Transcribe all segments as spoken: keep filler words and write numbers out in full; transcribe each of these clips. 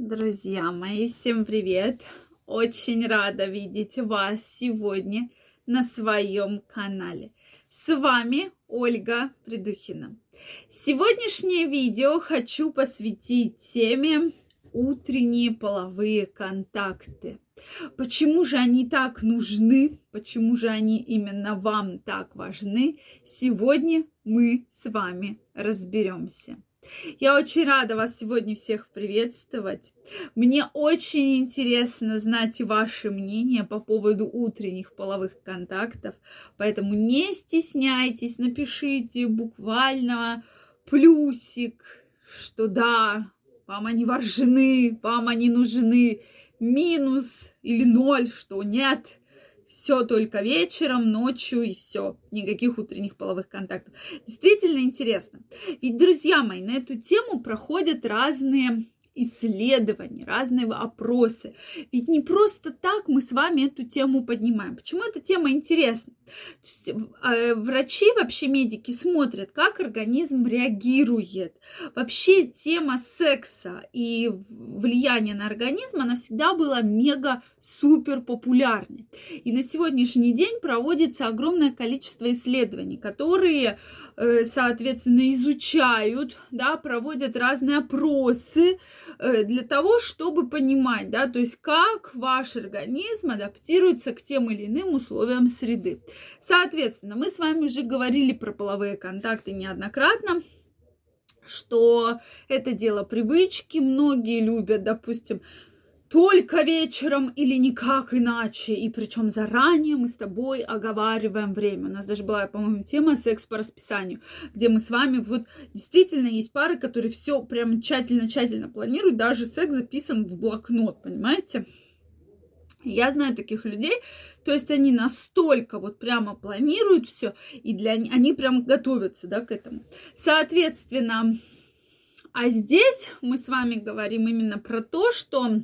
Друзья мои, всем привет! Очень рада видеть вас сегодня на своем канале. С вами Ольга Придухина. Сегодняшнее видео хочу посвятить теме утренние половые контакты. Почему же они так нужны? Почему же они именно вам так важны? Сегодня мы с вами разберемся. Я очень рада вас сегодня всех приветствовать. Мне очень интересно знать ваше мнение по поводу утренних половых контактов, поэтому не стесняйтесь, напишите буквально плюсик, что да, вам они важны, вам они нужны, минус или ноль, что нет. Все только вечером, ночью и все. Никаких утренних половых контактов. Действительно интересно. Ведь, друзья мои, на эту тему проходят разные исследования, разные опросы. Ведь не просто так мы с вами эту тему поднимаем. Почему эта тема интересна? То есть, э, врачи, вообще медики смотрят, как организм реагирует. Вообще тема секса и влияния на организм, она всегда была мега-супер популярной. И на сегодняшний день проводится огромное количество исследований, которые, э, соответственно, изучают, да, проводят разные опросы э, для того, чтобы понимать, да, то есть как ваш организм адаптируется к тем или иным условиям среды. Соответственно, мы с вами уже говорили про половые контакты неоднократно, что это дело привычки. Многие любят, допустим, только вечером или никак иначе. И причем заранее мы с тобой оговариваем время. У нас даже была, по-моему, тема секс по расписанию, где мы с вами вот действительно есть пары, которые все прям тщательно-тщательно планируют. Даже секс записан в блокнот, понимаете? Я знаю таких людей, то есть они настолько вот прямо планируют все, и для они прям готовятся, да, к этому. Соответственно, а здесь мы с вами говорим именно про то, что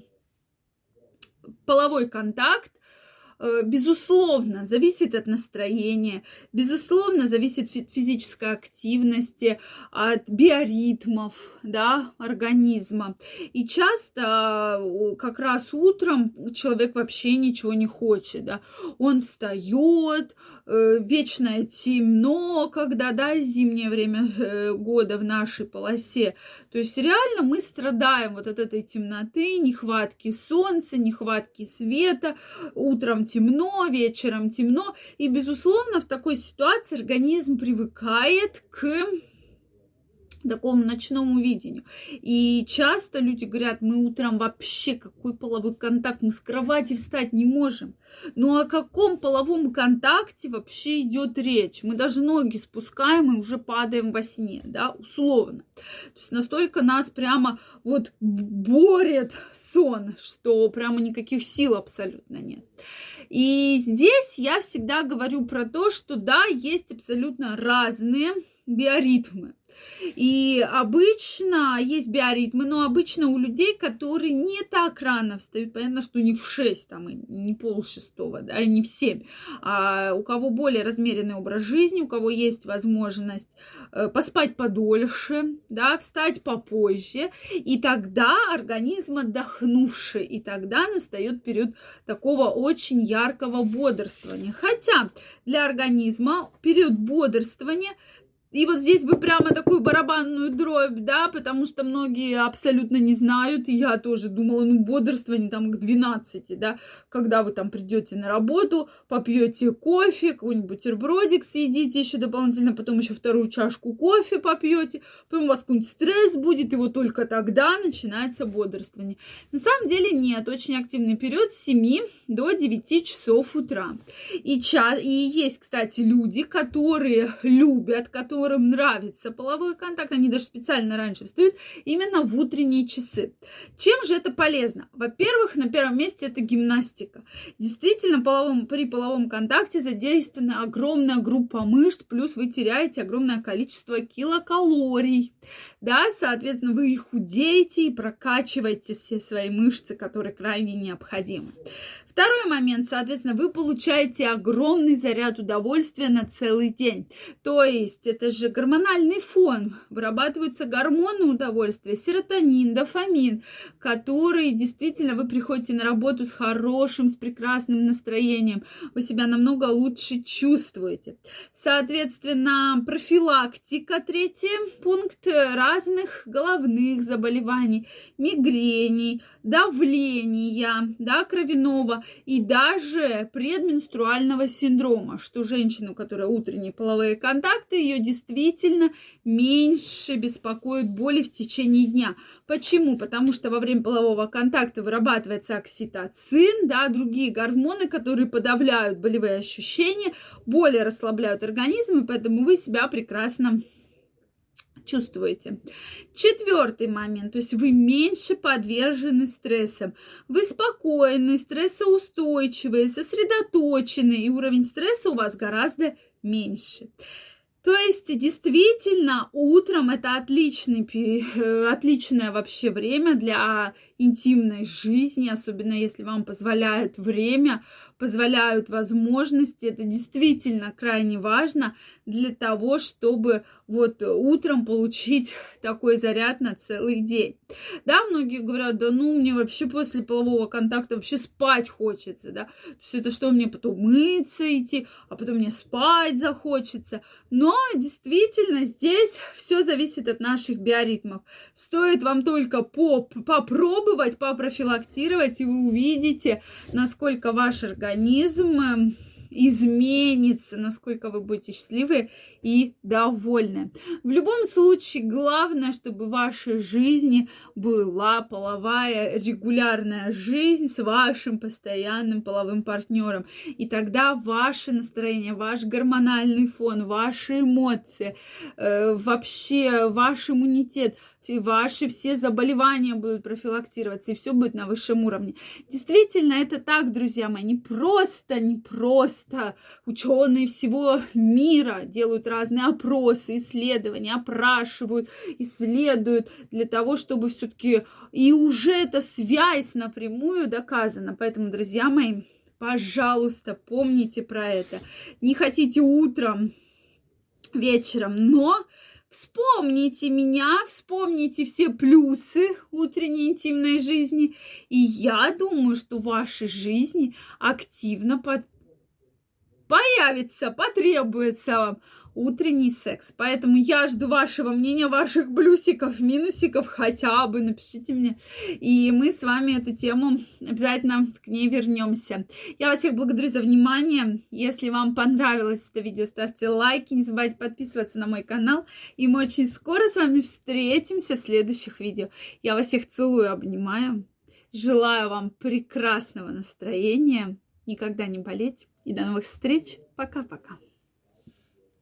половой контакт, безусловно, зависит от настроения, безусловно, зависит от физической активности, от биоритмов, да, организма. И часто как раз утром человек вообще ничего не хочет, да. Он встает, вечно темно, когда, да, зимнее время года в нашей полосе. То есть реально мы страдаем вот от этой темноты, нехватки солнца, нехватки света. Утром темно, вечером темно. И, безусловно, в такой ситуации организм привыкает к такому ночному видению. И часто люди говорят, мы утром вообще какой половой контакт, мы с кровати встать не можем. Ну о каком половом контакте вообще идет речь? Мы даже ноги спускаем и уже падаем во сне, да, условно. То есть настолько нас прямо вот борет сон, что прямо никаких сил абсолютно нет. И здесь я всегда говорю про то, что да, есть абсолютно разные биоритмы. И обычно есть биоритмы, но обычно у людей, которые не так рано встают, понятно, что не в шесть, там, и не пол шестого, да, и не в семь, а у кого более размеренный образ жизни, у кого есть возможность поспать подольше, да, встать попозже, и тогда организм отдохнувший, и тогда настает период такого очень яркого бодрствования. Хотя для организма период бодрствования, и вот здесь бы прямо такую барабанную дробь, да, потому что многие абсолютно не знают, и я тоже думала, ну, бодрствование там к двенадцати, да, когда вы там придете на работу, попьете кофе, какой-нибудь бутербродик съедите еще дополнительно, потом еще вторую чашку кофе попьете, потом у вас какой-нибудь стресс будет, и вот только тогда начинается бодрствование. На самом деле нет, очень активный период с семи до девяти часов утра. И, ча- и есть, кстати, люди, которые любят, которые которым нравится половой контакт, они даже специально раньше встают именно в утренние часы. Чем же это полезно? Во-первых, на первом месте это гимнастика. Действительно, половом, при половом контакте задействована огромная группа мышц, плюс вы теряете огромное количество килокалорий. Да, соответственно, вы их худеете и прокачиваете все свои мышцы, которые крайне необходимы. Второй момент, соответственно, вы получаете огромный заряд удовольствия на целый день. То есть это же гормональный фон, вырабатываются гормоны удовольствия, серотонин, дофамин, которые действительно вы приходите на работу с хорошим, с прекрасным настроением, вы себя намного лучше чувствуете. Соответственно, профилактика, третий пункт, разных головных заболеваний, мигрений, давления, да, кровяного и даже предменструального синдрома, что женщину, у которой утренние половые контакты, ее действительно меньше беспокоят боли в течение дня. Почему? Потому что во время полового контакта вырабатывается окситоцин, да, другие гормоны, которые подавляют болевые ощущения, более расслабляют организм, и поэтому вы себя прекрасно чувствуете. Четвертый момент, то есть вы меньше подвержены стрессам, вы спокойны, стрессоустойчивые, сосредоточены, и уровень стресса у вас гораздо меньше. То есть, действительно, утром это отличный, отличное вообще время для интимной жизни, особенно если вам позволяют время, позволяют возможности. Это действительно крайне важно для того, чтобы вот утром получить такой заряд на целый день. Да, многие говорят, да ну, мне вообще после полового контакта вообще спать хочется, да. То есть это что, мне потом мыться идти, а потом мне спать захочется. Но действительно здесь все зависит от наших биоритмов. Стоит вам только поп- попробовать, попрофилактировать, и вы увидите, насколько ваш организм изменится, насколько вы будете счастливы и довольны. В любом случае, главное, чтобы в вашей жизни была половая регулярная жизнь с вашим постоянным половым партнером. И тогда ваше настроение, ваш гормональный фон, ваши эмоции, э, вообще ваш иммунитет, ваши все заболевания будут профилактироваться, и все будет на высшем уровне. Действительно, это так, друзья мои, не просто, не просто. Ученые всего мира делают разные опросы, исследования, опрашивают, исследуют для того, чтобы все-таки и уже эта связь напрямую доказана. Поэтому, друзья мои, пожалуйста, помните про это. Не хотите утром, вечером, но вспомните меня, вспомните все плюсы утренней интимной жизни, и я думаю, что в вашей жизни активно под... появится, потребуется вам утренний секс. Поэтому я жду вашего мнения, ваших плюсиков, минусиков, хотя бы напишите мне, и мы с вами эту тему обязательно к ней вернемся. Я вас всех благодарю за внимание. Если вам понравилось это видео, ставьте лайки, не забывайте подписываться на мой канал, и мы очень скоро с вами встретимся в следующих видео. Я вас всех целую, обнимаю, желаю вам прекрасного настроения, никогда не болеть, и до новых встреч. Пока-пока.